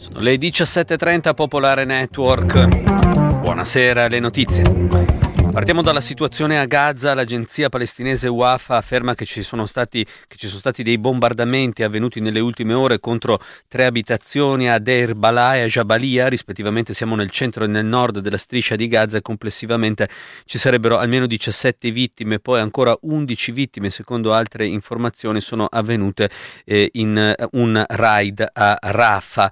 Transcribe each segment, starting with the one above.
Sono le 17:30, Popolare Network. Buonasera, le notizie. Partiamo dalla situazione a Gaza. L'agenzia palestinese Wafa afferma che ci sono stati dei bombardamenti avvenuti nelle ultime ore contro 3 abitazioni a Deir Balah e a Jabalia, rispettivamente. Siamo nel centro e nel nord della striscia di Gaza e complessivamente ci sarebbero almeno 17 vittime, poi ancora 11 vittime, secondo altre informazioni, sono avvenute in un raid a Rafah.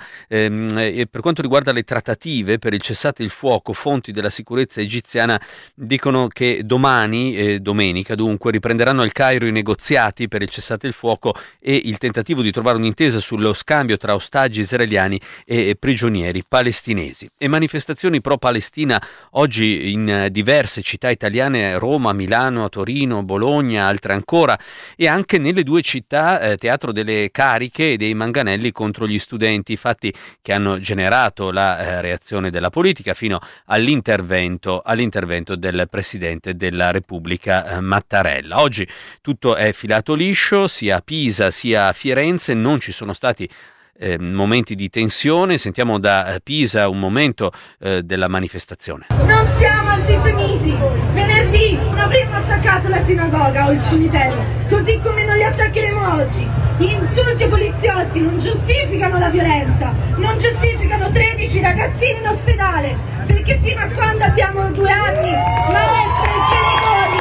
E per quanto riguarda le trattative per il cessate il fuoco, fonti della sicurezza egiziana dicono che domani, domenica dunque, riprenderanno al Cairo i negoziati per il cessate il fuoco e il tentativo di trovare un'intesa sullo scambio tra ostaggi israeliani e prigionieri palestinesi. E manifestazioni pro-Palestina oggi in diverse città italiane, Roma, Milano, Torino, Bologna, altre ancora, e anche nelle 2 città teatro delle cariche e dei manganelli contro gli studenti, fatti che hanno generato la reazione della politica fino all'intervento del Presidente della Repubblica Mattarella. Oggi tutto è filato liscio, sia a Pisa sia a Firenze, non ci sono stati momenti di tensione. Sentiamo da Pisa un momento della manifestazione. Non siamo antisemiti. Venerdì non avremmo attaccato la sinagoga o il cimitero, così come non li attaccheremo oggi. Gli insulti ai poliziotti non giustificano la violenza, non giustificano 13 ragazzini in ospedale, perché fino a quando abbiamo 2 anni maestre e genitori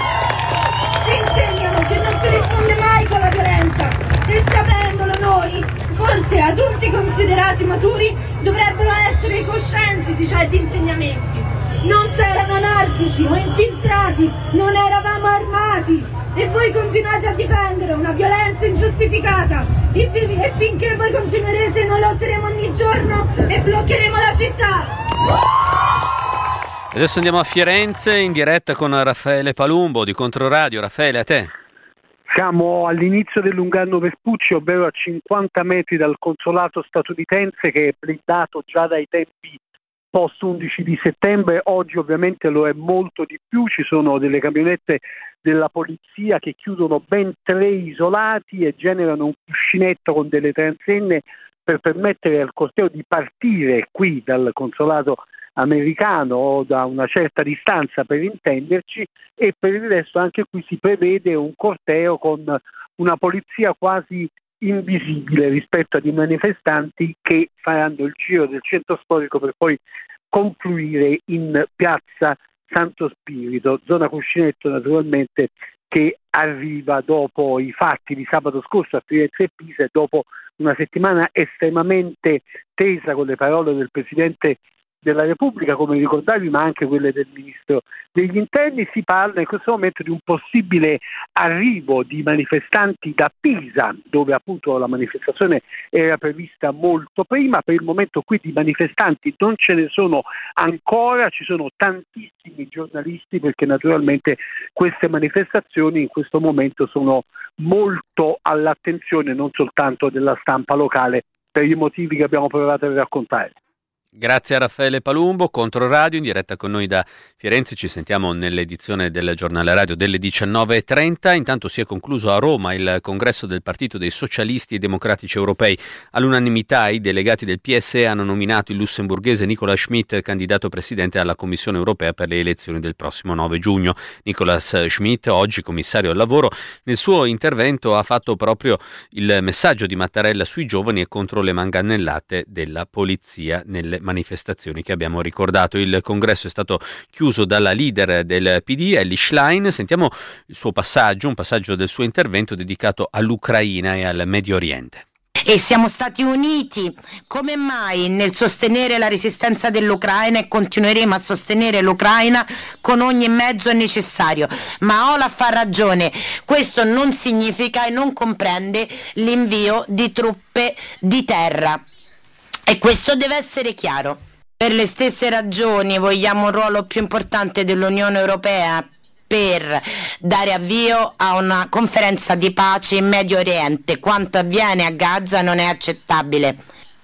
ci insegnano che non si risponde mai con la violenza, e sapendolo noi, forse adulti considerati maturi, dovrebbero essere coscienti di certi insegnamenti. Non c'erano anarchici o infiltrati, non eravamo armati, e voi continuate a difendere una violenza ingiustificata, e finché voi continuerete noi lotteremo ogni giorno e bloccheremo la città. Adesso andiamo a Firenze in diretta con Raffaele Palumbo di Controradio. Raffaele, a te. Siamo all'inizio del Lungarno Vespucci, ovvero a 50 metri dal consolato statunitense, che è blindato già dai tempi post 11 di settembre. Oggi ovviamente lo è molto di più, ci sono delle camionette della polizia che chiudono ben 3 isolati e generano un cuscinetto con delle transenne per permettere al corteo di partire qui dal consolato americano o da una certa distanza, per intenderci, e per il resto anche qui si prevede un corteo con una polizia quasi invisibile rispetto ai manifestanti che faranno il giro del centro storico per poi confluire in piazza Santo Spirito, zona cuscinetto naturalmente, che arriva dopo i fatti di sabato scorso a Firenze e Pisa e dopo una settimana estremamente tesa, con le parole del Presidente della Repubblica, come ricordavi, ma anche quelle del Ministro degli Interni. Si parla in questo momento di un possibile arrivo di manifestanti da Pisa, dove appunto la manifestazione era prevista molto prima. Per il momento qui di manifestanti non ce ne sono ancora, ci sono tantissimi giornalisti, perché naturalmente queste manifestazioni in questo momento sono molto all'attenzione non soltanto della stampa locale, per i motivi che abbiamo provato a raccontare. Grazie a Raffaele Palumbo, Controradio, in diretta con noi da Firenze. Ci sentiamo nell'edizione del giornale radio delle 19:30. Intanto si è concluso a Roma il congresso del Partito dei Socialisti e Democratici Europei. All'unanimità i delegati del PSE hanno nominato il lussemburghese Nicolas Schmit candidato presidente alla Commissione Europea per le elezioni del prossimo 9 giugno. Nicolas Schmit, oggi commissario al lavoro, nel suo intervento ha fatto proprio il messaggio di Mattarella sui giovani e contro le manganellate della polizia nelle manifestazioni che abbiamo ricordato. Il congresso è stato chiuso dalla leader del PD, Elly Schlein. Sentiamo il suo passaggio, un passaggio del suo intervento dedicato all'Ucraina e al Medio Oriente. E siamo stati uniti come mai nel sostenere la resistenza dell'Ucraina, e continueremo a sostenere l'Ucraina con ogni mezzo necessario. Ma Olaf ha ragione, questo non significa e non comprende l'invio di truppe di terra. E questo deve essere chiaro. Per le stesse ragioni vogliamo un ruolo più importante dell'Unione Europea per dare avvio a una conferenza di pace in Medio Oriente. Quanto avviene a Gaza non è accettabile.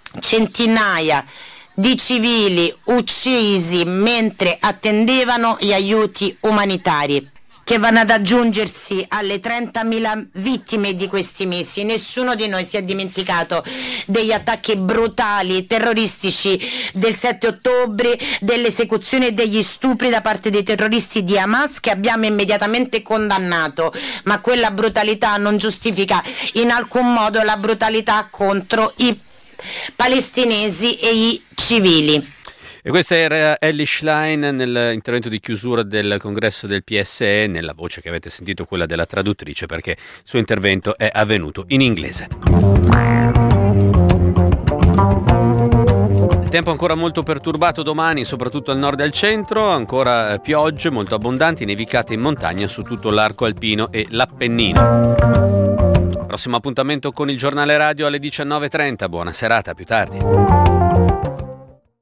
Centinaia di civili uccisi mentre attendevano gli aiuti umanitari. che vanno ad aggiungersi alle 30.000 vittime di questi mesi. Nessuno di noi si è dimenticato degli attacchi brutali, terroristici del 7 ottobre, delle esecuzioni e degli stupri da parte dei terroristi di Hamas, che abbiamo immediatamente condannato, ma quella brutalità non giustifica in alcun modo la brutalità contro i palestinesi e i civili. E questa era Elly Schlein nell'intervento di chiusura del congresso del PSE, nella voce che avete sentito, quella della traduttrice, perché il suo intervento è avvenuto in inglese. Il tempo ancora molto perturbato domani, soprattutto al nord e al centro, ancora piogge molto abbondanti, nevicate in montagna su tutto l'arco alpino e l'Appennino. Prossimo appuntamento con il giornale radio alle 19:30. Buona serata, a più tardi.